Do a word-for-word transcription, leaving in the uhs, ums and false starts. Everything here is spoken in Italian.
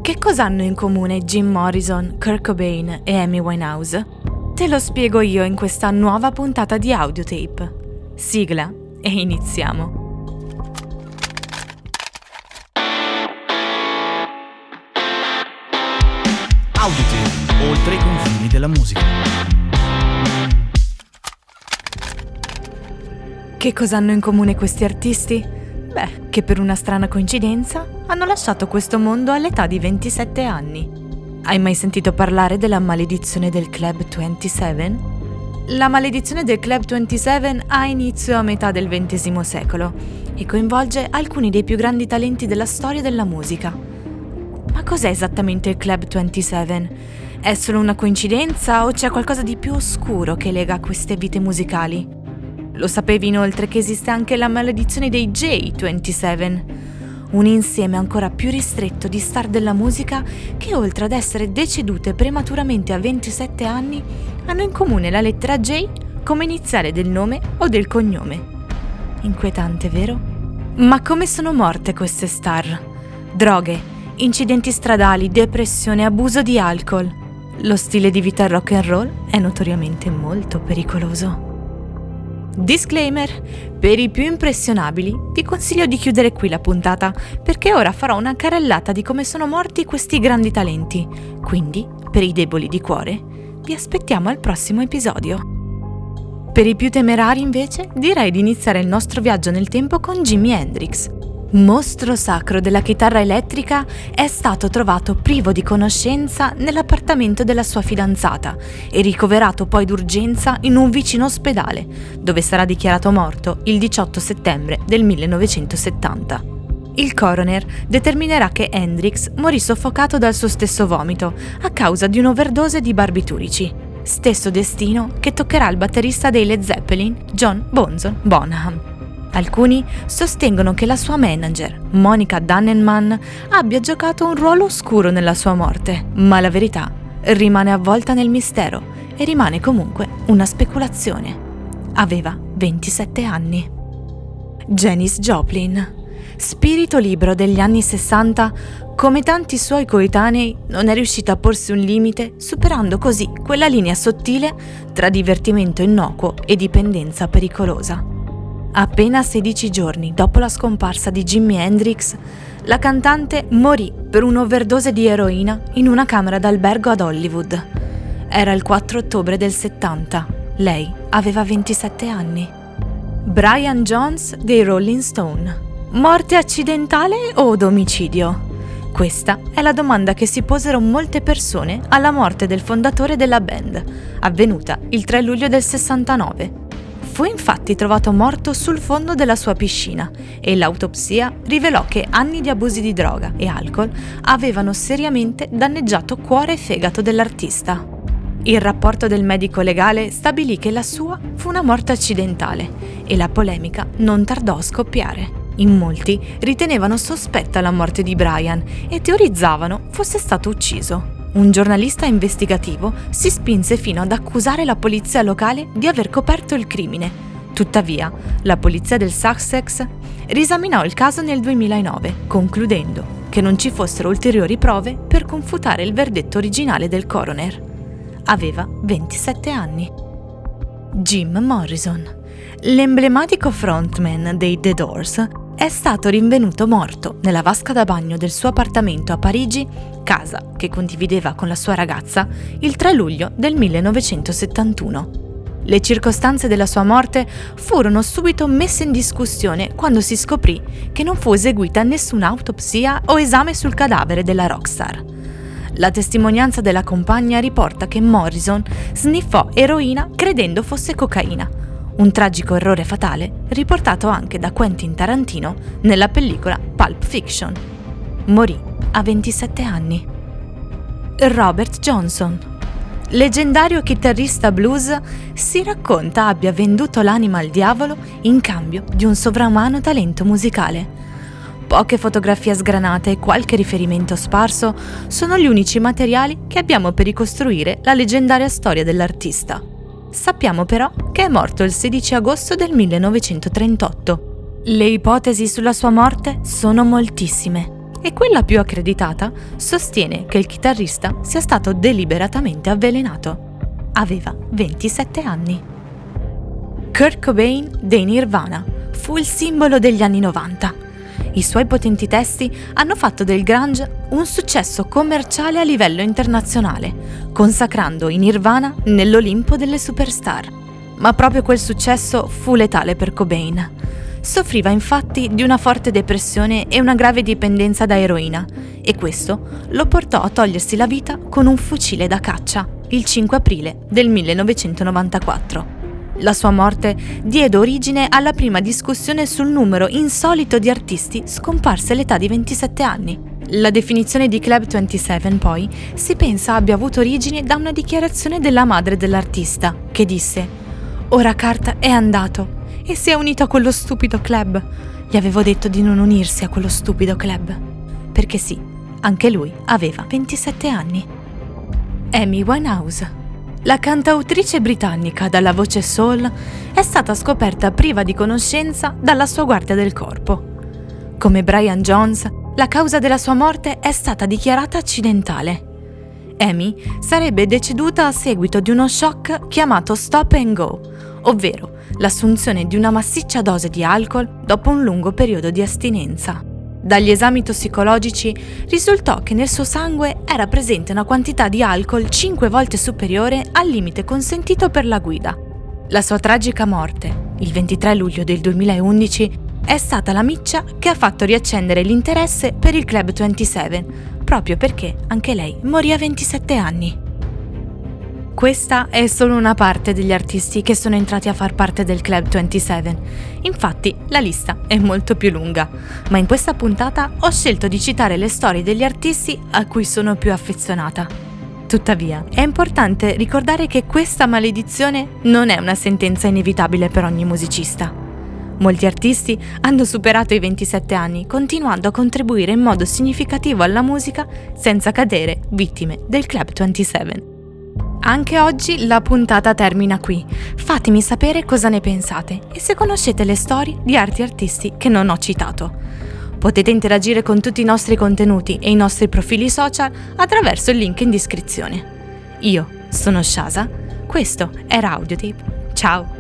Che cosa hanno in comune Jim Morrison, Kurt Cobain e Amy Winehouse? Te lo spiego io in questa nuova puntata di Audiotape. Sigla e iniziamo. Audiotape, oltre i confini della musica. Che cosa hanno in comune questi artisti? Beh, che per una strana coincidenza hanno lasciato questo mondo all'età di ventisette anni. Hai mai sentito parlare della maledizione del Club ventisette? La maledizione del Club ventisette ha inizio a metà del ventesimo secolo e coinvolge alcuni dei più grandi talenti della storia della musica. Ma cos'è esattamente il Club ventisette? È solo una coincidenza o c'è qualcosa di più oscuro che lega queste vite musicali? Lo sapevi inoltre che esiste anche la maledizione dei J ventisette, un insieme ancora più ristretto di star della musica che, oltre ad essere decedute prematuramente a ventisette anni, hanno in comune la lettera J come iniziale del nome o del cognome. Inquietante, vero? Ma come sono morte queste star? Droghe, incidenti stradali, depressione, abuso di alcol. Lo stile di vita rock and roll è notoriamente molto pericoloso. Disclaimer: per i più impressionabili ti consiglio di chiudere qui la puntata, perché ora farò una carrellata di come sono morti questi grandi talenti. Quindi, per i deboli di cuore, vi aspettiamo al prossimo episodio. Per i più temerari, invece, direi di iniziare il nostro viaggio nel tempo con Jimi Hendrix. Mostro sacro della chitarra elettrica, è stato trovato privo di conoscenza nell'appartamento della sua fidanzata e ricoverato poi d'urgenza in un vicino ospedale, dove sarà dichiarato morto il diciotto settembre del millenovecentosettanta. Il coroner determinerà che Hendrix morì soffocato dal suo stesso vomito a causa di un'overdose di barbiturici, stesso destino che toccherà al batterista dei Led Zeppelin, John Bonzo Bonham. Alcuni sostengono che la sua manager, Monica Dannemann, abbia giocato un ruolo oscuro nella sua morte, ma la verità rimane avvolta nel mistero e rimane comunque una speculazione. Aveva ventisette anni. Janis Joplin, spirito libero degli anni sessanta, come tanti suoi coetanei non è riuscita a porsi un limite, superando così quella linea sottile tra divertimento innocuo e dipendenza pericolosa. Appena sedici giorni dopo la scomparsa di Jimi Hendrix, la cantante morì per un'overdose di eroina in una camera d'albergo ad Hollywood. Era il quattro ottobre del settanta. Lei aveva ventisette anni. Brian Jones dei Rolling Stone. Morte accidentale o d'omicidio? Questa è la domanda che si posero molte persone alla morte del fondatore della band, avvenuta il tre luglio del sessantanove. Fu infatti trovato morto sul fondo della sua piscina e l'autopsia rivelò che anni di abusi di droga e alcol avevano seriamente danneggiato cuore e fegato dell'artista. Il rapporto del medico legale stabilì che la sua fu una morte accidentale e la polemica non tardò a scoppiare. In molti ritenevano sospetta la morte di Brian e teorizzavano fosse stato ucciso. Un giornalista investigativo si spinse fino ad accusare la polizia locale di aver coperto il crimine. Tuttavia, la polizia del Sussex riesaminò il caso nel duemilanove, concludendo che non ci fossero ulteriori prove per confutare il verdetto originale del coroner. Aveva ventisette anni. Jim Morrison, l'emblematico frontman dei The Doors, è stato rinvenuto morto nella vasca da bagno del suo appartamento a Parigi, casa che condivideva con la sua ragazza, il tre luglio del millenovecentosettantuno. Le circostanze della sua morte furono subito messe in discussione quando si scoprì che non fu eseguita nessuna autopsia o esame sul cadavere della rockstar. La testimonianza della compagna riporta che Morrison sniffò eroina credendo fosse cocaina, un tragico errore fatale riportato anche da Quentin Tarantino nella pellicola Pulp Fiction. Morì a ventisette anni. Robert Johnson, leggendario chitarrista blues, si racconta abbia venduto l'anima al diavolo in cambio di un sovrumano talento musicale. Poche fotografie sgranate e qualche riferimento sparso sono gli unici materiali che abbiamo per ricostruire la leggendaria storia dell'artista. Sappiamo però che è morto il sedici agosto del millenovecentotrentotto. Le ipotesi sulla sua morte sono moltissime e quella più accreditata sostiene che il chitarrista sia stato deliberatamente avvelenato. Aveva ventisette anni. Kurt Cobain dei Nirvana fu il simbolo degli anni novanta. I suoi potenti testi hanno fatto del grunge un successo commerciale a livello internazionale, consacrando i Nirvana nell'Olimpo delle superstar. Ma proprio quel successo fu letale per Cobain. Soffriva infatti di una forte depressione e una grave dipendenza da eroina, e questo lo portò a togliersi la vita con un fucile da caccia il cinque aprile del millenovecentonovantaquattro. La sua morte diede origine alla prima discussione sul numero insolito di artisti scomparsi all'età di ventisette anni. La definizione di Club ventisette, poi, si pensa abbia avuto origine da una dichiarazione della madre dell'artista, che disse: «Ora Kurt è andato e si è unito a quello stupido club. Gli avevo detto di non unirsi a quello stupido club». Perché sì, anche lui aveva ventisette anni. Amy Winehouse. La cantautrice britannica dalla voce soul è stata scoperta priva di conoscenza dalla sua guardia del corpo. Come Brian Jones, la causa della sua morte è stata dichiarata accidentale. Amy sarebbe deceduta a seguito di uno shock chiamato stop and go, ovvero l'assunzione di una massiccia dose di alcol dopo un lungo periodo di astinenza. Dagli esami tossicologici risultò che nel suo sangue era presente una quantità di alcol cinque volte superiore al limite consentito per la guida. La sua tragica morte, il ventitré luglio del duemilaundici, è stata la miccia che ha fatto riaccendere l'interesse per il Club ventisette, proprio perché anche lei morì a ventisette anni. Questa è solo una parte degli artisti che sono entrati a far parte del Club ventisette. Infatti, la lista è molto più lunga, ma in questa puntata ho scelto di citare le storie degli artisti a cui sono più affezionata. Tuttavia, è importante ricordare che questa maledizione non è una sentenza inevitabile per ogni musicista. Molti artisti hanno superato i ventisette anni, continuando a contribuire in modo significativo alla musica senza cadere vittime del Club ventisette. Anche oggi la puntata termina qui. Fatemi sapere cosa ne pensate e se conoscete le storie di altri artisti che non ho citato. Potete interagire con tutti i nostri contenuti e i nostri profili social attraverso il link in descrizione. Io sono Shasa, questo era Audiotape. Ciao!